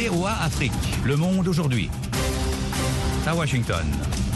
VOA Afrique, Le Monde aujourd'hui. À Washington.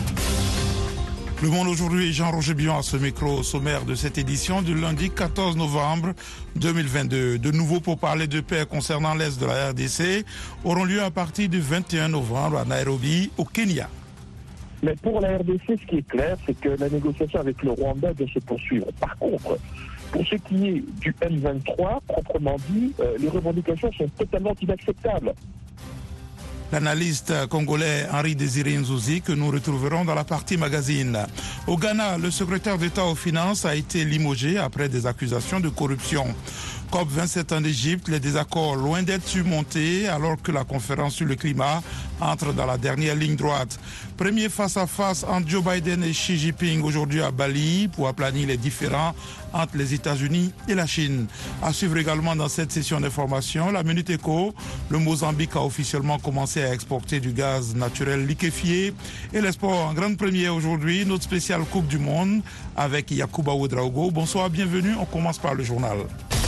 Le Monde aujourd'hui, Jean-Roger Bion à ce micro au sommaire de cette édition du lundi 14 novembre 2022. De nouveau pour parler de paix concernant l'Est de la RDC auront lieu à partir du 21 novembre à Nairobi, au Kenya. Mais pour la RDC, ce qui est clair, c'est que la négociation avec le Rwanda doit se poursuivre. Par contre, pour ce qui est du M23, proprement dit, les revendications sont totalement inacceptables. L'analyste congolais Henri Désiré Nzouzi que nous retrouverons dans la partie magazine. Au Ghana, le secrétaire d'État aux Finances a été limogé après des accusations de corruption. COP27 en Égypte, les désaccords loin d'être surmontés alors que la conférence sur le climat entre dans la dernière ligne droite. Premier face-à-face entre Joe Biden et Xi Jinping aujourd'hui à Bali pour aplanir les différends entre les États-Unis et la Chine. À suivre également dans cette session d'information, la Minute Éco, le Mozambique a officiellement commencé à exporter du gaz naturel liquéfié. Et les sports en grande première aujourd'hui, notre spéciale Coupe du Monde avec Yacouba Ouedraogo. Bonsoir, bienvenue, on commence par le journal.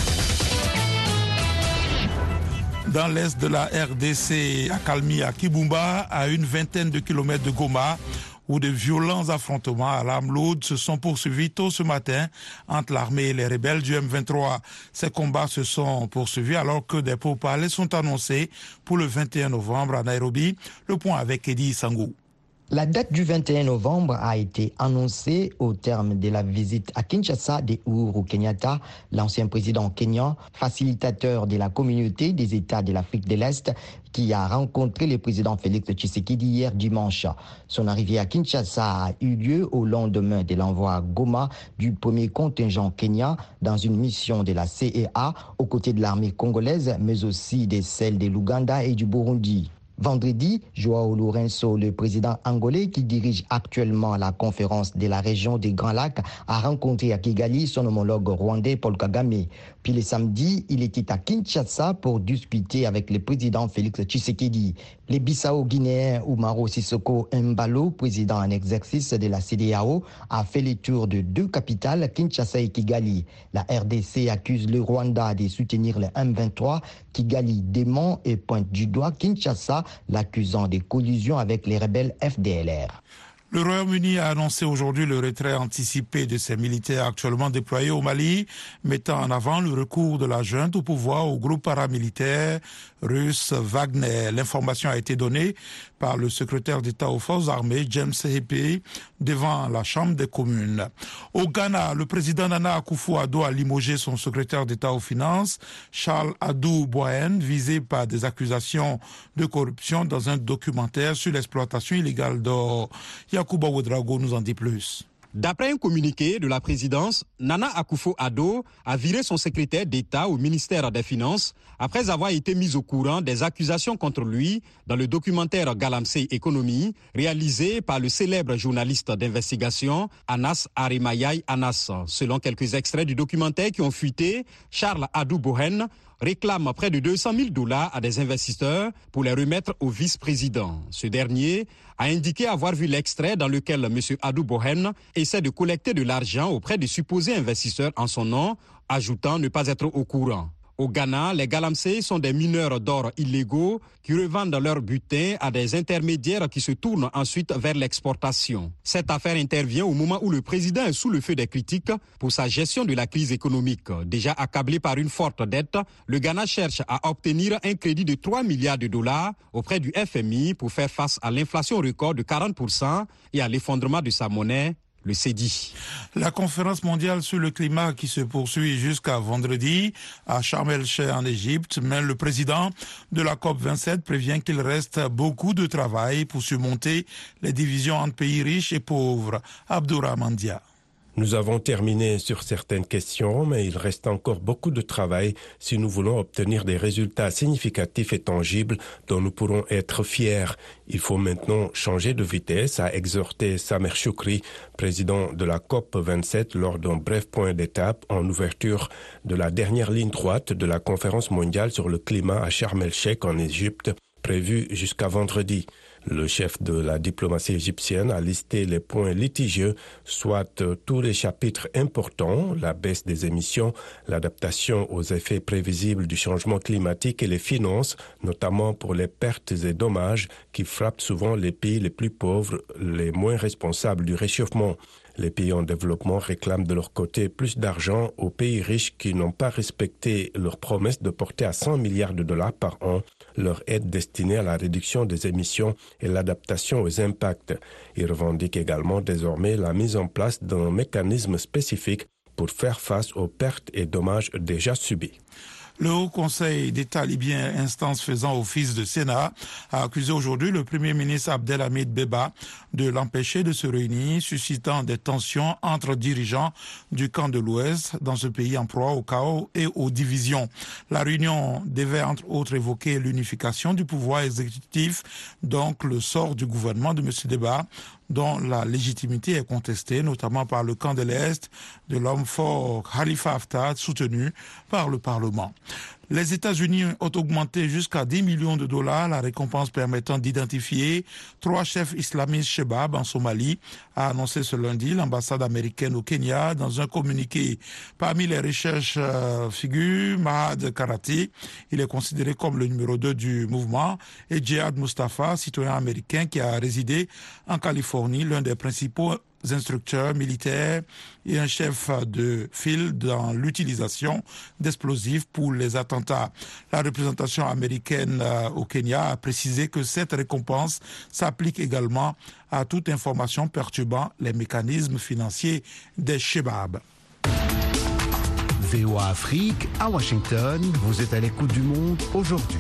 Dans l'est de la RDC, à Kalmi, à Kibumba, à une vingtaine de kilomètres de Goma, où de violents affrontements à l'arme lourde se sont poursuivis tôt ce matin entre l'armée et les rebelles du M23. Ces combats se sont poursuivis alors que des pourparlers sont annoncés pour le 21 novembre à Nairobi. Le point avec Eddie Sangou. La date du 21 novembre a été annoncée au terme de la visite à Kinshasa d'Ouro Kenyatta, l'ancien président kényan, facilitateur de la communauté des États de l'Afrique de l'Est, qui a rencontré le président Félix Tshisekedi hier dimanche. Son arrivée à Kinshasa a eu lieu au lendemain de l'envoi à Goma du premier contingent kenyan dans une mission de la CEA aux côtés de l'armée congolaise, mais aussi de celles de l'Ouganda et du Burundi. Vendredi, Joao Lourenço, le président angolais qui dirige actuellement la conférence de la région des Grands Lacs, a rencontré à Kigali son homologue rwandais Paul Kagame. Puis le samedi, il était à Kinshasa pour discuter avec le président Félix Tshisekedi. Les Bissau-Guinéens Oumaro Sissoko Mbalo, président en exercice de la CEDEAO, a fait le tour de deux capitales, Kinshasa et Kigali. La RDC accuse le Rwanda de soutenir le M23. Kigali dément et pointe du doigt Kinshasa, l'accusant de collusion avec les rebelles FDLR. Le Royaume-Uni a annoncé aujourd'hui le retrait anticipé de ses militaires actuellement déployés au Mali, mettant en avant le recours de la junte au pouvoir au groupe paramilitaire russe Wagner. L'information a été donnée par le secrétaire d'État aux forces armées, James Hepe, devant la Chambre des communes. Au Ghana, le président Nana Akufo-Addo a limogé son secrétaire d'État aux finances, Charles Adou Boyen, visé par des accusations de corruption dans un documentaire sur l'exploitation illégale d'or. Yacouba Ouedraogo nous en dit plus. D'après un communiqué de la présidence, Nana Akufo-Addo a viré son secrétaire d'État au ministère des Finances après avoir été mis au courant des accusations contre lui dans le documentaire Galamsey Économie réalisé par le célèbre journaliste d'investigation Anas Arimayai Anas. Selon quelques extraits du documentaire qui ont fuité, Charles Adou Bohen réclame près de $200,000 à des investisseurs pour les remettre au vice-président. Ce dernier a indiqué avoir vu l'extrait dans lequel M. Adou Bohen essaie de collecter de l'argent auprès de supposés investisseurs en son nom, ajoutant ne pas être au courant. Au Ghana, les Galamsey sont des mineurs d'or illégaux qui revendent leur butin à des intermédiaires qui se tournent ensuite vers l'exportation. Cette affaire intervient au moment où le président est sous le feu des critiques pour sa gestion de la crise économique. Déjà accablé par une forte dette, le Ghana cherche à obtenir un crédit de $3 milliards auprès du FMI pour faire face à l'inflation record de 40% et à l'effondrement de sa monnaie, le CEDI. La conférence mondiale sur le climat qui se poursuit jusqu'à vendredi à Sharm el-Sheikh en Égypte, mais le président de la COP27 prévient qu'il reste beaucoup de travail pour surmonter les divisions entre pays riches et pauvres. Abdourahmane Dia. Nous avons terminé sur certaines questions, mais il reste encore beaucoup de travail si nous voulons obtenir des résultats significatifs et tangibles dont nous pourrons être fiers. Il faut maintenant changer de vitesse, a exhorté Samer Choukri, président de la COP27, lors d'un bref point d'étape en ouverture de la dernière ligne droite de la conférence mondiale sur le climat à Sharm el-Sheikh en Égypte, prévue jusqu'à vendredi. Le chef de la diplomatie égyptienne a listé les points litigieux, soit tous les chapitres importants, la baisse des émissions, l'adaptation aux effets prévisibles du changement climatique et les finances, notamment pour les pertes et dommages qui frappent souvent les pays les plus pauvres, les moins responsables du réchauffement. Les pays en développement réclament de leur côté plus d'argent aux pays riches qui n'ont pas respecté leur promesse de porter à 100 milliards de dollars par an leur aide destinée à la réduction des émissions et l'adaptation aux impacts. Ils revendiquent également désormais la mise en place d'un mécanisme spécifique pour faire face aux pertes et dommages déjà subis. Le Haut Conseil d'État libyen, instance faisant office de Sénat, a accusé aujourd'hui le Premier ministre Abdelhamid Beba de l'empêcher de se réunir, suscitant des tensions entre dirigeants du camp de l'Ouest dans ce pays en proie au chaos et aux divisions. La réunion devait entre autres évoquer l'unification du pouvoir exécutif, donc le sort du gouvernement de M. Beba, dont la légitimité est contestée, notamment par le camp de l'Est de l'homme fort Khalifa Haftar, soutenu par le Parlement. Les États-Unis ont augmenté jusqu'à 10 millions de dollars la récompense permettant d'identifier 3 chefs islamistes Chebab en Somalie, a annoncé ce lundi l'ambassade américaine au Kenya dans un communiqué. Parmi les recherches figure Mahad Karati, il est considéré comme le numéro 2 du mouvement, et Djihad Mustafa, citoyen américain qui a résidé en Californie, l'un des principaux instructeurs militaires et un chef de file dans l'utilisation d'explosifs pour les attentats. La représentation américaine au Kenya a précisé que cette récompense s'applique également à toute information perturbant les mécanismes financiers des Chebab. VOA Afrique, à Washington, vous êtes à l'écoute du monde aujourd'hui.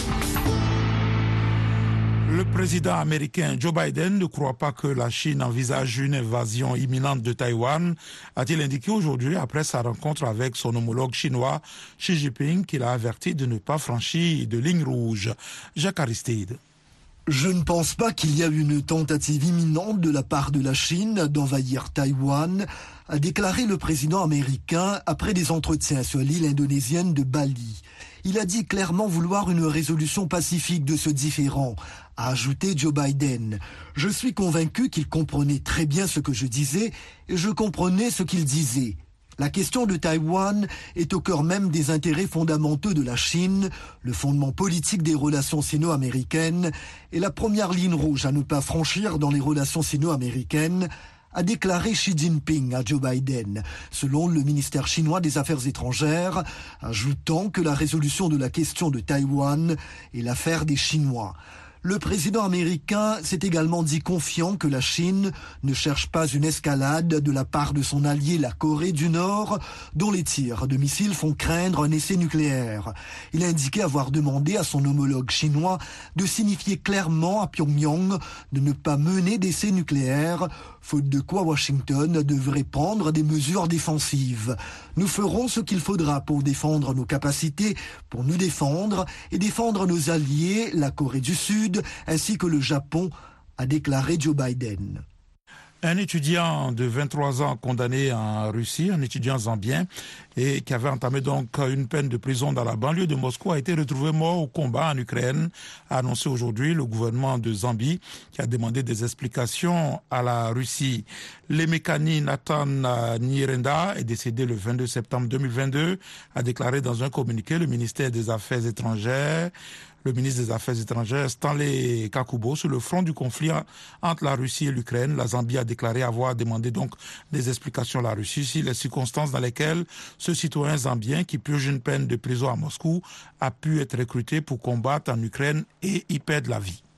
Le président américain Joe Biden ne croit pas que la Chine envisage une invasion imminente de Taïwan, a-t-il indiqué aujourd'hui après sa rencontre avec son homologue chinois Xi Jinping, qu'il a averti de ne pas franchir de ligne rouge. Jacques Aristide. Je ne pense pas qu'il y a une tentative imminente de la part de la Chine d'envahir Taïwan, a déclaré le président américain après des entretiens sur l'île indonésienne de Bali. Il a dit clairement vouloir une résolution pacifique de ce différend, a ajouté Joe Biden. Je suis convaincu qu'il comprenait très bien ce que je disais et je comprenais ce qu'il disait. La question de Taïwan est au cœur même des intérêts fondamentaux de la Chine, le fondement politique des relations sino-américaines et la première ligne rouge à ne pas franchir dans les relations sino-américaines, a déclaré Xi Jinping à Joe Biden, selon le ministère chinois des Affaires étrangères, ajoutant que la résolution de la question de Taïwan est l'affaire des Chinois. Le président américain s'est également dit confiant que la Chine ne cherche pas une escalade de la part de son allié la Corée du Nord, dont les tirs de missiles font craindre un essai nucléaire. Il a indiqué avoir demandé à son homologue chinois de signifier clairement à Pyongyang de ne pas mener d'essai nucléaire, faute de quoi Washington devrait prendre des mesures défensives. Nous ferons ce qu'il faudra pour défendre nos capacités, pour nous défendre et défendre nos alliés, la Corée du Sud, ainsi que le Japon, a déclaré Joe Biden. Un étudiant de 23 ans condamné en Russie, un étudiant zambien, et qui avait entamé donc une peine de prison dans la banlieue de Moscou, a été retrouvé mort au combat en Ukraine, a annoncé aujourd'hui le gouvernement de Zambie, qui a demandé des explications à la Russie. Lemekani Nathan Nirenda est décédé le 22 septembre 2022, a déclaré dans un communiqué le ministère des Affaires étrangères. Le ministre des Affaires étrangères, Stanley Kakubo, sur le front du conflit entre la Russie et l'Ukraine. La Zambie a déclaré avoir demandé donc des explications à la Russie sur les circonstances dans lesquelles ce citoyen zambien qui purge une peine de prison à Moscou a pu être recruté pour combattre en Ukraine et y perdre la vie.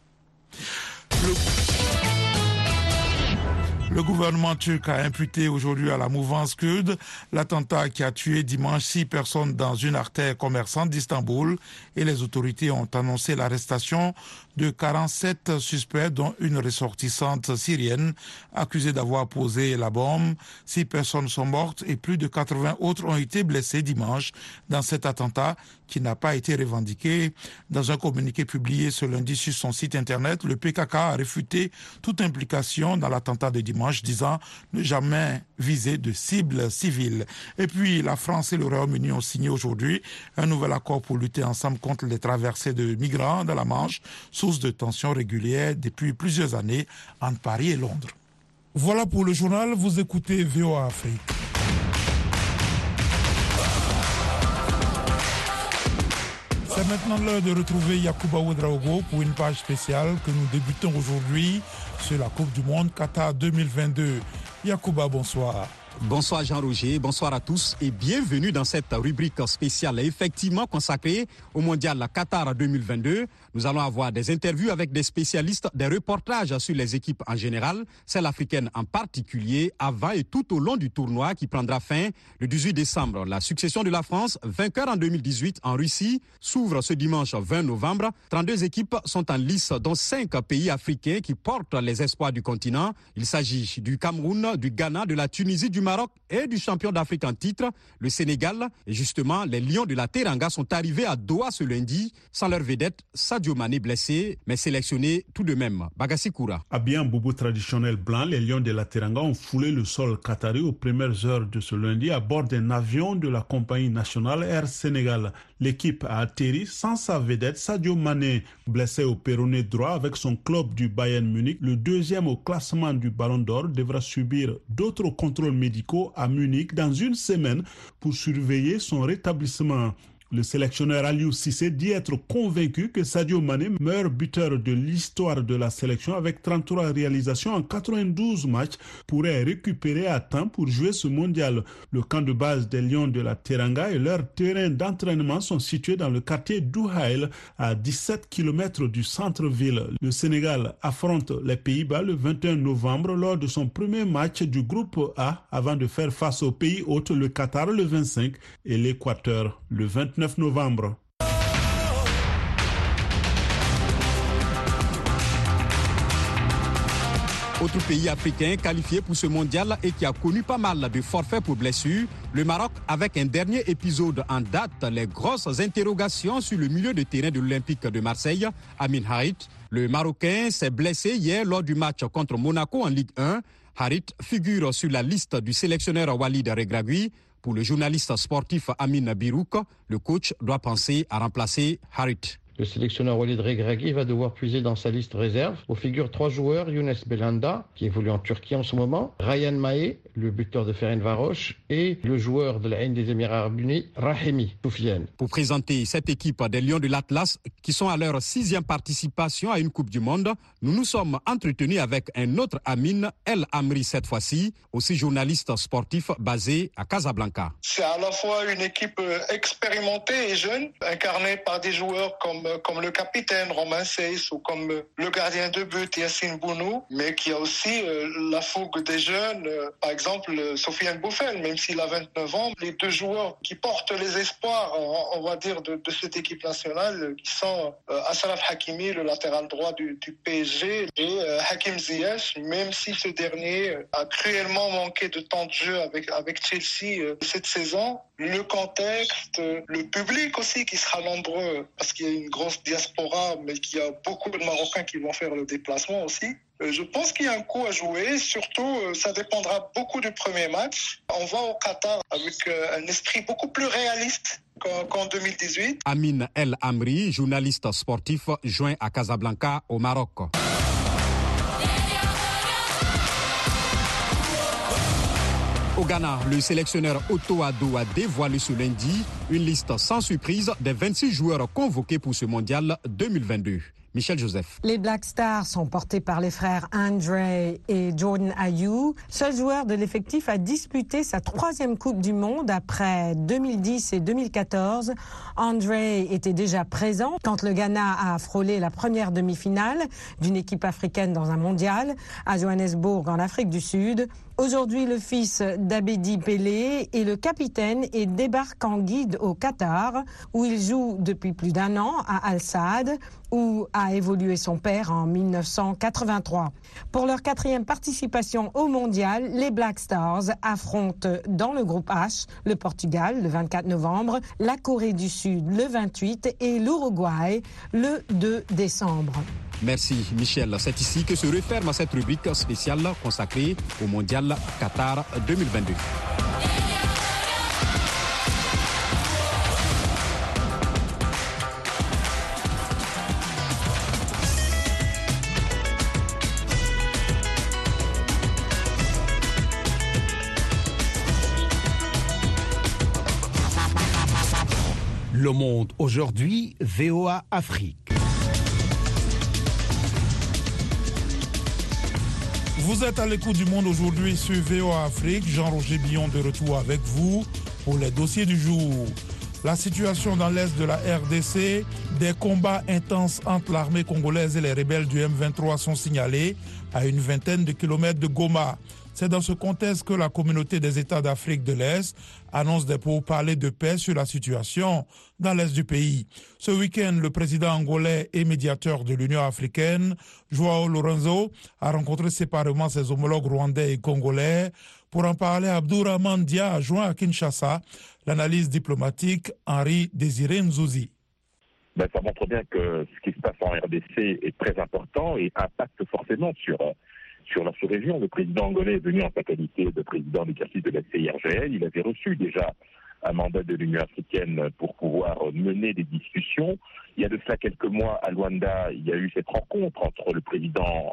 Le gouvernement turc a imputé aujourd'hui à la mouvance kurde l'attentat qui a tué dimanche 6 personnes dans une artère commerçante d'Istanbul, et les autorités ont annoncé l'arrestation de 47 suspects, dont une ressortissante syrienne accusée d'avoir posé la bombe. 6 personnes sont mortes et plus de 80 autres ont été blessées dimanche dans cet attentat qui n'a pas été revendiqué. Dans un communiqué publié ce lundi sur son site internet, le PKK a réfuté toute implication dans l'attentat de dimanche dimanche, disant ne jamais viser de cibles civiles. Et puis la France et le Royaume-Uni ont signé aujourd'hui un nouvel accord pour lutter ensemble contre les traversées de migrants dans la Manche, source de tensions régulières depuis plusieurs années entre Paris et Londres. Voilà pour le journal, vous écoutez VOA Afrique. C'est maintenant l'heure de retrouver Yacouba Ouedraogo pour une page spéciale que nous débutons aujourd'hui sur la Coupe du Monde Qatar 2022. Yacouba, bonsoir. Bonsoir Jean-Roger, bonsoir à tous et bienvenue dans cette rubrique spéciale effectivement consacrée au Mondial Qatar 2022. Nous allons avoir des interviews avec des spécialistes, des reportages sur les équipes en général, celle africaine en particulier, avant et tout au long du tournoi qui prendra fin le 18 décembre. La succession de la France, vainqueur en 2018 en Russie, s'ouvre ce dimanche 20 novembre. 32 équipes sont en lice, dont 5 pays africains qui portent les espoirs du continent. Il s'agit du Cameroun, du Ghana, de la Tunisie, du Maroc et du champion d'Afrique en titre, le Sénégal. Et justement, les Lions de la Teranga sont arrivés à Doha ce lundi, sans leur vedette Sadio Mané blessé, mais sélectionné tout de même. Bagassi Koura. Habillés en boubou traditionnel blanc, les Lions de la Teranga ont foulé le sol qatari aux premières heures de ce lundi à bord d'un avion de la compagnie nationale Air Sénégal. L'équipe a atterri sans sa vedette Sadio Mané, blessé au péroné droit avec son club du Bayern Munich. Le deuxième au classement du Ballon d'Or devra subir d'autres contrôles médicaux à Munich dans une semaine pour surveiller son rétablissement. Le sélectionneur Aliou Cissé dit être convaincu que Sadio Mané, meilleur buteur de l'histoire de la sélection avec 33 réalisations en 92 matchs, pourrait récupérer à temps pour jouer ce mondial. Le camp de base des Lions de la Teranga et leur terrain d'entraînement sont situés dans le quartier d'Ouhaïl, à 17 km du centre-ville. Le Sénégal affronte les Pays-Bas le 21 novembre lors de son premier match du groupe A avant de faire face au pays hôte, le Qatar, le 25 et l'Équateur le 29 novembre. Autre pays africain qualifié pour ce mondial et qui a connu pas mal de forfaits pour blessures, le Maroc avec un dernier épisode en date, les grosses interrogations sur le milieu de terrain de l'Olympique de Marseille, Amin Harit. Le Marocain s'est blessé hier lors du match contre Monaco en Ligue 1. Harit figure sur la liste du sélectionneur Walid Regragui. Pour le journaliste sportif Amin Birouk, le coach doit penser à remplacer Harit. Le sélectionneur Walid Regragui va devoir puiser dans sa liste réserve où figurent 3 joueurs, Younes Belhanda, qui évolue en Turquie en ce moment, Ryan Mahé, le buteur de Ferencvaros, et le joueur de la haine des Émirats Arabes Unis, Rahimi Soufiane. Pour présenter cette équipe des Lions de l'Atlas, qui sont à leur 6e participation à une Coupe du Monde, nous nous sommes entretenus avec un autre Amin, El Amri cette fois-ci, aussi journaliste sportif basé à Casablanca. C'est à la fois une équipe expérimentée et jeune, incarnée par des joueurs comme le capitaine Romain Seyss ou comme le gardien de but Yassine Bounou, mais qui a aussi la fougue des jeunes, par exemple Sofiane Boufel, même s'il a 29 ans. Les 2 joueurs qui portent les espoirs, on va dire, de cette équipe nationale, qui sont Achraf Hakimi, le latéral droit du PSG, et Hakim Ziyech, même si ce dernier a cruellement manqué de temps de jeu avec Chelsea cette saison. Le contexte, le public aussi qui sera nombreux, parce qu'il y a une grosse diaspora, mais qu'il y a beaucoup de Marocains qui vont faire le déplacement aussi. Je pense qu'il y a un coup à jouer, surtout ça dépendra beaucoup du premier match. On va au Qatar avec un esprit beaucoup plus réaliste qu'en 2018. Amin El Amri, journaliste sportif, joint à Casablanca au Maroc. Au Ghana, le sélectionneur Otto Addo a dévoilé ce lundi une liste sans surprise des 26 joueurs convoqués pour ce mondial 2022. Michel Joseph. Les Black Stars sont portés par les frères Andre et Jordan Ayew. Seul joueur de l'effectif a disputé sa 3e Coupe du Monde après 2010 et 2014. Andre était déjà présent quand le Ghana a frôlé la première demi-finale d'une équipe africaine dans un mondial à Johannesburg en Afrique du Sud. Aujourd'hui, le fils d'Abedi Pelé est le capitaine et débarque en guide au Qatar, où il joue depuis plus d'1 an à Al Saad, où a évolué son père en 1983. Pour leur 4e participation au mondial, les Black Stars affrontent dans le groupe H le Portugal le 24 novembre, la Corée du Sud le 28 et l'Uruguay le 2 décembre. Merci Michel. C'est ici que se referme cette rubrique spéciale consacrée au Mondial Qatar 2022. Le Monde aujourd'hui, VOA Afrique. Vous êtes à l'écoute du Monde aujourd'hui sur VOA Afrique. Jean-Roger Billon de retour avec vous pour les dossiers du jour. La situation dans l'est de la RDC, des combats intenses entre l'armée congolaise et les rebelles du M23 sont signalés à une vingtaine de kilomètres de Goma. C'est dans ce contexte que la communauté des États d'Afrique de l'Est annonce des pourparlers de paix sur la situation dans l'Est du pays. Ce week-end, le président angolais et médiateur de l'Union africaine, João Lourenço, a rencontré séparément ses homologues rwandais et congolais. Pour en parler, Abdourahmane Dia a joint à Kinshasa l'analyse diplomatique Henri Désiré Nzouzi. Ça montre bien que ce qui se passe en RDC est très important et impacte forcément sur la sous-région. Le président angolais est venu en sa qualité de président d'exercice de la CIRGL. Il avait reçu déjà un mandat de l'Union africaine pour pouvoir mener des discussions. Il y a de cela quelques mois, à Luanda, il y a eu cette rencontre entre le président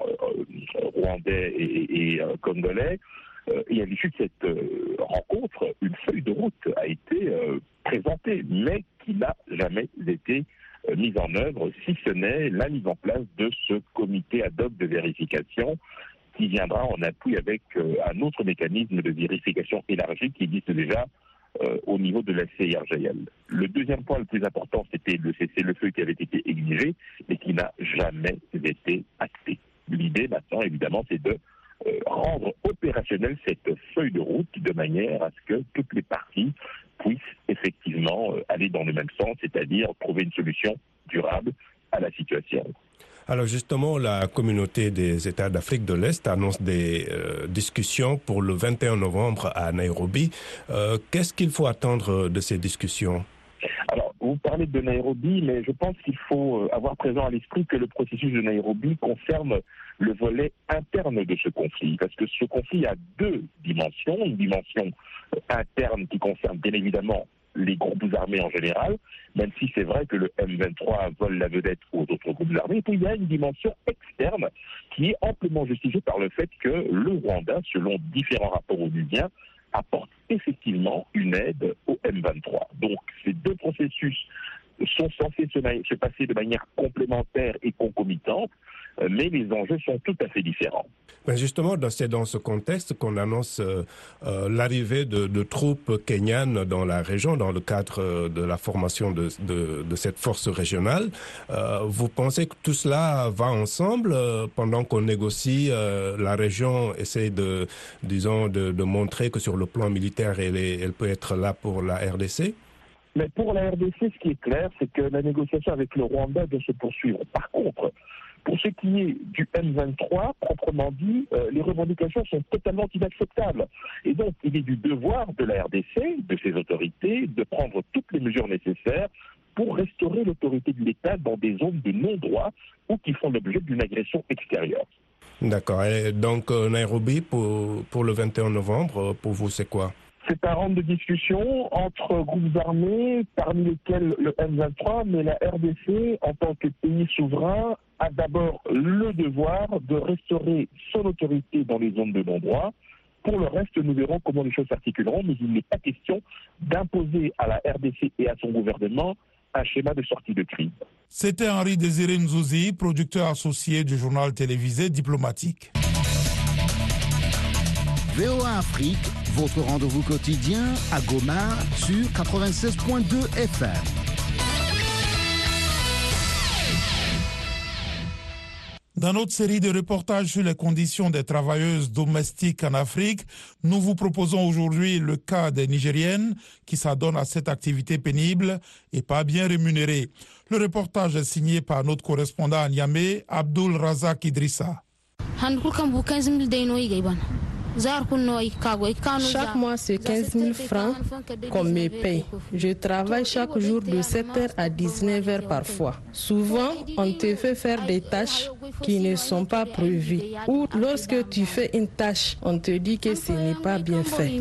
rwandais et congolais. Et à l'issue de cette rencontre, une feuille de route a été présentée, mais qui n'a jamais été mise en œuvre, si ce n'est la mise en place de ce comité ad hoc de vérification qui viendra en appui avec un autre mécanisme de vérification élargie qui existe déjà au niveau de la CIRGL. Le deuxième point le plus important, c'était le cessez-le-feu qui avait été exigé, mais qui n'a jamais été acté. L'idée maintenant, évidemment, c'est de rendre opérationnelle cette feuille de route de manière à ce que toutes les parties puissent effectivement aller dans le même sens, c'est-à-dire trouver une solution durable à la situation. Alors justement, la communauté des États d'Afrique de l'Est annonce des discussions pour le 21 novembre à Nairobi. Qu'est-ce qu'il faut attendre de ces discussions ? Alors, vous parlez de Nairobi, mais je pense qu'il faut avoir présent à l'esprit que le processus de Nairobi concerne le volet interne de ce conflit, parce que ce conflit a deux dimensions. Une dimension interne qui concerne bien évidemment les groupes armés en général, même si c'est vrai que le M23 vole la vedette aux autres groupes armés. Et puis il y a une dimension externe qui est amplement justifiée par le fait que le Rwanda, selon différents rapports onusiens, apporte effectivement une aide au M23. Donc ces deux processus sont censés se passer de manière complémentaire et concomitante, mais les enjeux sont tout à fait différents. Justement, c'est dans ce contexte qu'on annonce l'arrivée de troupes kenyanes dans la région, dans le cadre de la formation de cette force régionale. Vous pensez que tout cela va ensemble pendant qu'on négocie? La région essaie de montrer que sur le plan militaire, elle peut être là pour la RDC? Mais pour la RDC, ce qui est clair, c'est que la négociation avec le Rwanda doit se poursuivre. Par contre, pour ce qui est du M23, proprement dit, les revendications sont totalement inacceptables. Et donc, il est du devoir de la RDC, de ses autorités, de prendre toutes les mesures nécessaires pour restaurer l'autorité de l'État dans des zones de non-droit ou qui font l'objet d'une agression extérieure. D'accord. Et donc, Nairobi, pour le 21 novembre, pour vous, c'est quoi ? C'est un round de discussion entre groupes armés, parmi lesquels le M23, mais la RDC, en tant que pays souverain, a d'abord le devoir de restaurer son autorité dans les zones de non-droit. Pour le reste, nous verrons comment les choses s'articuleront, mais il n'est pas question d'imposer à la RDC et à son gouvernement un schéma de sortie de crise. C'était Henri Désiré Nzouzi, producteur associé du journal télévisé Diplomatique. VOA Afrique, votre rendez-vous quotidien à Goma sur 96.2 FM. Dans notre série de reportages sur les conditions des travailleuses domestiques en Afrique, nous vous proposons aujourd'hui le cas des Nigériennes qui s'adonnent à cette activité pénible et pas bien rémunérée. Le reportage est signé par notre correspondant à Niamey, Abdul Razak Idrissa. Chaque mois, c'est 15 000 francs qu'on me paye. Je travaille chaque jour de 7h à 19h parfois. Souvent, on te fait faire des tâches qui ne sont pas prévus. Ou lorsque tu fais une tâche, on te dit que ce n'est pas bien fait.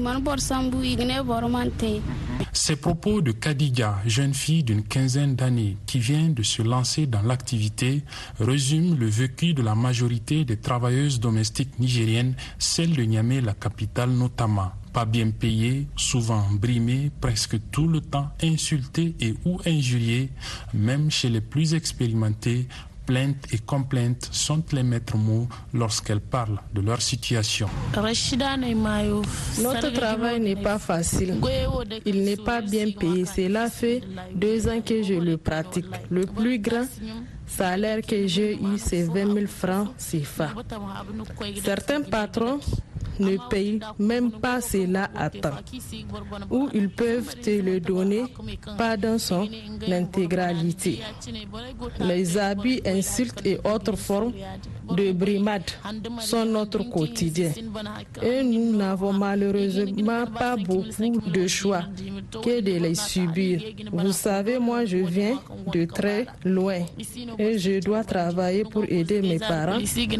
Ces propos de Kadiga, jeune fille d'une quinzaine d'années qui vient de se lancer dans l'activité, résument le vécu de la majorité des travailleuses domestiques nigériennes, celles de Niamey, la capitale notamment. Pas bien payées, souvent brimées, presque tout le temps insultées et ou injuriées, même chez les plus expérimentés. Plaintes et complaintes sont les maîtres mots lorsqu'elles parlent de leur situation. Notre travail n'est pas facile. Il n'est pas bien payé. Cela fait 2 ans que je le pratique. Le plus grand salaire que j'ai eu, c'est 20 000 francs CFA. Certains patrons ne payent même pas cela à temps. Ou ils peuvent te le donner, pas dans son intégralité. Les abus, insultes et autres formes de brimade sont notre quotidien. Et nous n'avons malheureusement pas beaucoup de choix que de les subir. Vous savez, moi je viens de très loin et je dois travailler pour aider mes parents.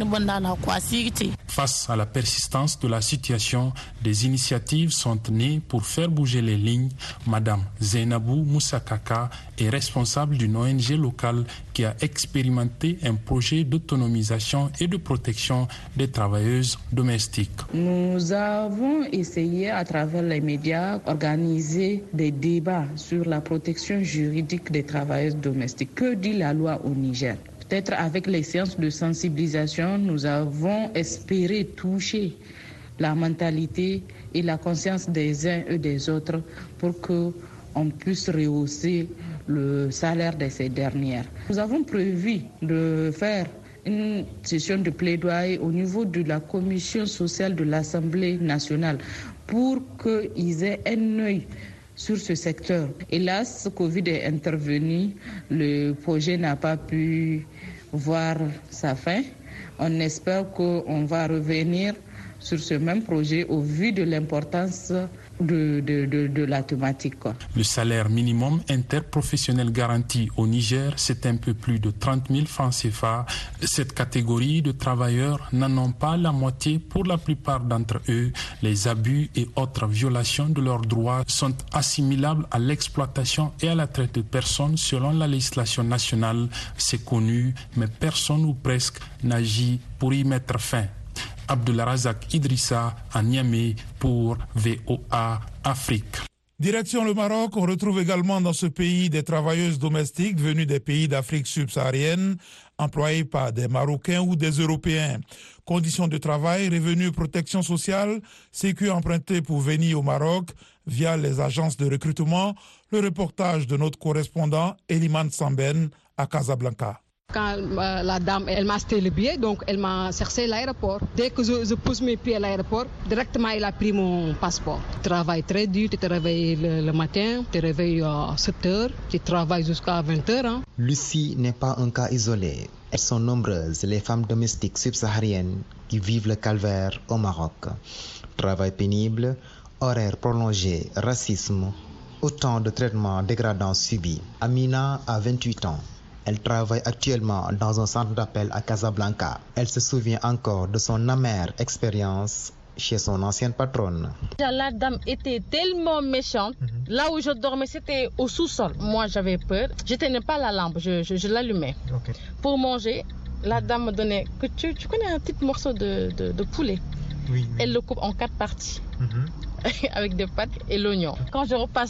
Face à la persistance de la situation, des initiatives sont nées pour faire bouger les lignes. Madame Zainabou Moussakaka est responsable d'une ONG locale qui a expérimenté un projet d'autonomisation et de protection des travailleuses domestiques. Nous avons essayé à travers les médias organiser des débats sur la protection juridique des travailleuses domestiques. Que dit la loi au Niger ? Peut-être avec les séances de sensibilisation, nous avons espéré toucher la mentalité et la conscience des uns et des autres pour qu'on puisse rehausser le salaire de ces dernières. Nous avons prévu de faire une session de plaidoyer au niveau de la commission sociale de l'Assemblée nationale pour qu'ils aient un œil sur ce secteur. Hélas, Covid est intervenu, le projet n'a pas pu voir sa fin. On espère qu'on va revenir sur ce même projet au vu de l'importance de la thématique. Le salaire minimum interprofessionnel garanti au Niger, c'est un peu plus de 30 000 francs CFA. Cette catégorie de travailleurs n'en ont pas la moitié. Pour la plupart d'entre eux, les abus et autres violations de leurs droits sont assimilables à l'exploitation et à la traite de personnes selon la législation nationale. C'est connu, mais personne ou presque n'agit pour y mettre fin. Abdulrazak Idrissa à Niamey pour VOA Afrique. Direction le Maroc, on retrouve également dans ce pays des travailleuses domestiques venues des pays d'Afrique subsaharienne, employées par des Marocains ou des Européens. Conditions de travail, revenus, protection sociale, sécu emprunté pour venir au Maroc via les agences de recrutement. Le reportage de notre correspondant Eliman Samben à Casablanca. Quand la dame, elle m'a acheté le billet, donc elle m'a cherché à l'aéroport. Dès que je pose mes pieds à l'aéroport, directement elle a pris mon passeport. Tu travailles très dur, tu te réveilles le matin, tu te réveilles à 7 heures, tu travailles jusqu'à 20 heures. Hein. Lucie n'est pas un cas isolé. Elles sont nombreuses, les femmes domestiques subsahariennes qui vivent le calvaire au Maroc. Travail pénible, horaires prolongés, racisme, autant de traitements dégradants subis. Amina a 28 ans. Elle travaille actuellement dans un centre d'appel à Casablanca. Elle se souvient encore de son amère expérience chez son ancienne patronne. La dame était tellement méchante. Là où je dormais, c'était au sous-sol. Moi, j'avais peur. Je ne tenais pas la lampe, je l'allumais. Okay. Pour manger, la dame me donnait... Tu connais un petit morceau de poulet? Oui. Elle le coupe en 4 parties. Avec des pâtes et l'oignon. Quand je repasse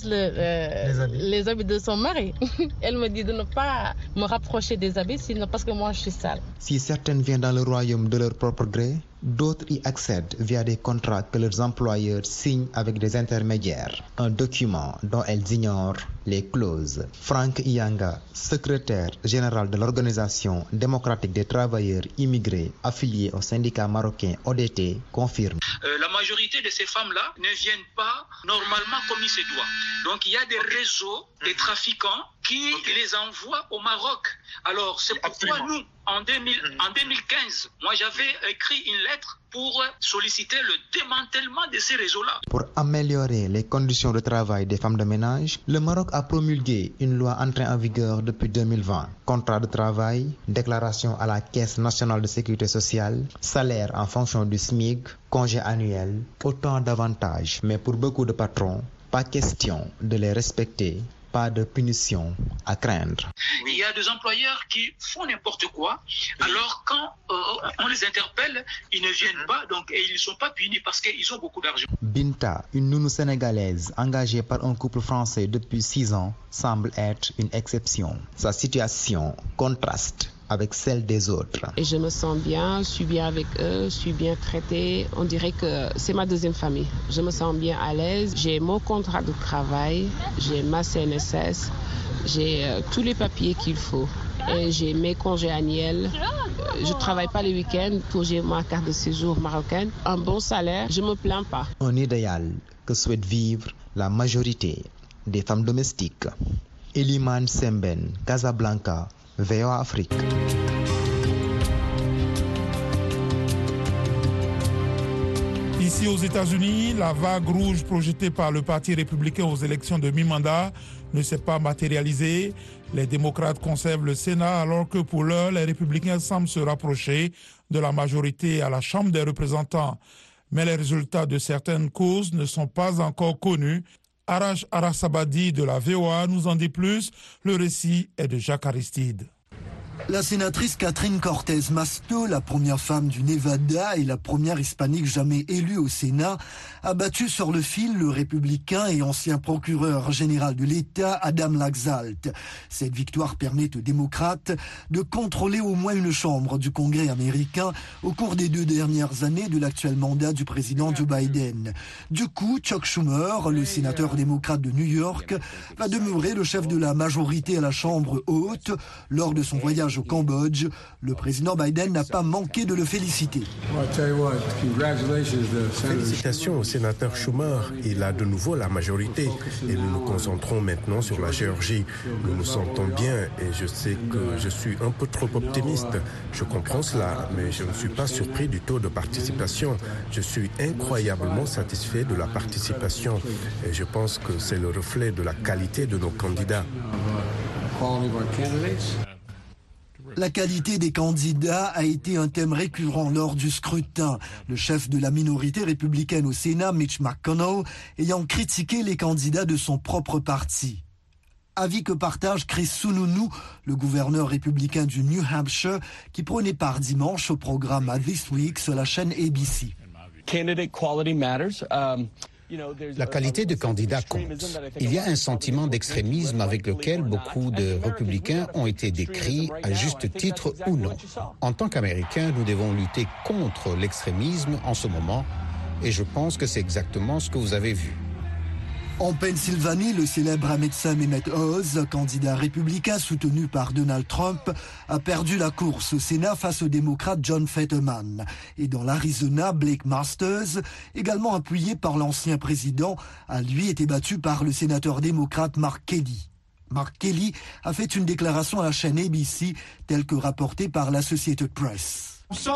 les habits de son mari, elle me dit de ne pas me rapprocher des habits, sinon parce que moi je suis sale. Si certaines viennent dans le royaume de leur propre gré, d'autres y accèdent via des contrats que leurs employeurs signent avec des intermédiaires. Un document dont elles ignorent les clauses. Franck Iyanga, secrétaire général de l'Organisation démocratique des travailleurs immigrés affiliés au syndicat marocain ODT, confirme. La majorité de ces femmes-là ne viennent pas normalement comme il se doit. Donc il y a des réseaux, des trafiquants qui les envoie au Maroc. Alors, c'est pourquoi nous, en 2015, moi j'avais écrit une lettre pour solliciter le démantèlement de ces réseaux-là. Pour améliorer les conditions de travail des femmes de ménage, le Maroc a promulgué une loi entrée en vigueur depuis 2020. Contrat de travail, déclaration à la Caisse nationale de sécurité sociale, salaire en fonction du SMIC, congé annuel, autant d'avantages. Mais pour beaucoup de patrons, pas question de les respecter. Pas de punition à craindre. Il y a des employeurs qui font n'importe quoi, alors quand on les interpelle, ils ne viennent pas, donc, et ils ne sont pas punis parce qu'ils ont beaucoup d'argent. Binta, une nounou sénégalaise engagée par un couple français depuis 6 ans, semble être une exception. Sa situation contraste avec celle des autres. Et je me sens bien, je suis bien avec eux, je suis bien traitée. On dirait que c'est ma deuxième famille. Je me sens bien à l'aise. J'ai mon contrat de travail, j'ai ma CNSS, j'ai tous les papiers qu'il faut. Et j'ai mes congés annuels. Je ne travaille pas les week-ends pour j'ai ma carte de séjour marocaine. Un bon salaire, je ne me plains pas. Un idéal que souhaite vivre la majorité des femmes domestiques. Eliman Semben, Casablanca, VOA Afrique. Ici aux États-Unis, la vague rouge projetée par le Parti républicain aux élections de mi-mandat ne s'est pas matérialisée. Les démocrates conservent le Sénat alors que pour l'heure, les républicains semblent se rapprocher de la majorité à la Chambre des représentants. Mais les résultats de certaines causes ne sont pas encore connus. Arash Arasabadi de la VOA nous en dit plus. Le récit est de Jacques Aristide. La sénatrice Catherine Cortez Masto, la première femme du Nevada et la première hispanique jamais élue au Sénat, a battu sur le fil le républicain et ancien procureur général de l'État Adam Laxalt. Cette victoire permet aux démocrates de contrôler au moins une chambre du Congrès américain au cours des 2 dernières années de l'actuel mandat du président Joe Biden. Du coup, Chuck Schumer, le sénateur démocrate de New York, va demeurer le chef de la majorité à la Chambre haute. Lors de son voyage au Cambodge, le président Biden n'a pas manqué de le féliciter. Félicitations au sénateur Schumer. Il a de nouveau la majorité et nous nous concentrons maintenant sur la Géorgie. Nous nous sentons bien et je sais que je suis un peu trop optimiste. Je comprends cela, mais je ne suis pas surpris du taux de participation. Je suis incroyablement satisfait de la participation et je pense que c'est le reflet de la qualité de nos candidats. La qualité des candidats a été un thème récurrent lors du scrutin. Le chef de la minorité républicaine au Sénat, Mitch McConnell, ayant critiqué les candidats de son propre parti. Avis que partage Chris Sununu, le gouverneur républicain du New Hampshire, qui prônait par dimanche au programme This Week sur la chaîne ABC. Candidate quality matters. La qualité de candidat compte. Il y a un sentiment d'extrémisme avec lequel beaucoup de républicains ont été décrits, à juste titre ou non. En tant qu'Américains, nous devons lutter contre l'extrémisme en ce moment, et je pense que c'est exactement ce que vous avez vu. En Pennsylvanie, le célèbre médecin Mehmet Oz, candidat républicain soutenu par Donald Trump, a perdu la course au Sénat face au démocrate John Fetterman. Et dans l'Arizona, Blake Masters, également appuyé par l'ancien président, a lui été battu par le sénateur démocrate Mark Kelly. Mark Kelly a fait une déclaration à la chaîne ABC, telle que rapportée par l'Associated Press.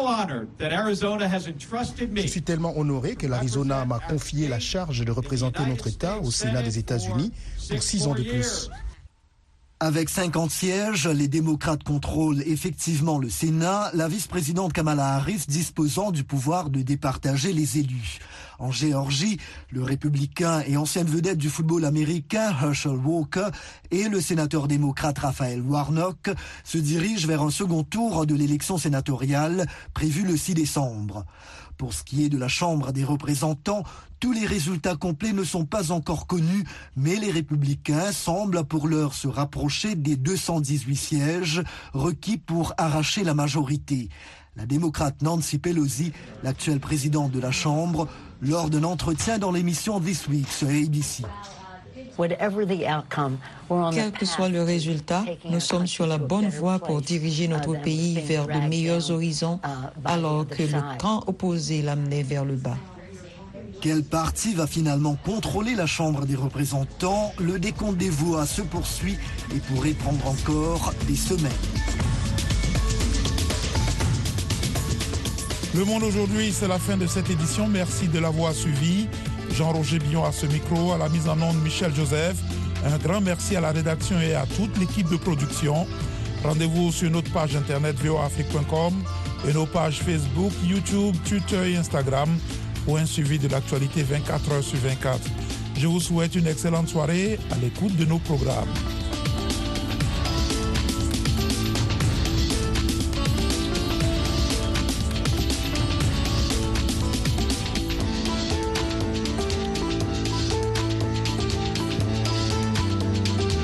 Je suis tellement honoré que l'Arizona m'a confié la charge de représenter notre État au Sénat des États-Unis pour 6 ans de plus. Avec 50 sièges, les démocrates contrôlent effectivement le Sénat, la vice-présidente Kamala Harris disposant du pouvoir de départager les élus. En Géorgie, le républicain et ancienne vedette du football américain Herschel Walker et le sénateur démocrate Raphaël Warnock se dirigent vers un second tour de l'élection sénatoriale prévue le 6 décembre. Pour ce qui est de la Chambre des représentants, tous les résultats complets ne sont pas encore connus, mais les républicains semblent pour l'heure se rapprocher des 218 sièges requis pour arracher la majorité. La démocrate Nancy Pelosi, l'actuelle présidente de la Chambre, lors d'un entretien dans l'émission This Week sur ABC. Quel que soit le résultat, nous sommes sur la bonne voie pour diriger notre pays vers de meilleurs horizons, alors que le camp opposé l'amenait vers le bas. Quel parti va finalement contrôler la Chambre des représentants? Le décompte des voix se poursuit et pourrait prendre encore des semaines. Le Monde aujourd'hui, c'est la fin de cette édition. Merci de l'avoir suivi. Jean-Roger Billon à ce micro, à la mise en onde Michel Joseph. Un grand merci à la rédaction et à toute l'équipe de production. Rendez-vous sur notre page internet voaafrique.com et nos pages Facebook, YouTube, Twitter et Instagram pour un suivi de l'actualité 24 heures sur 24. Je vous souhaite une excellente soirée à l'écoute de nos programmes.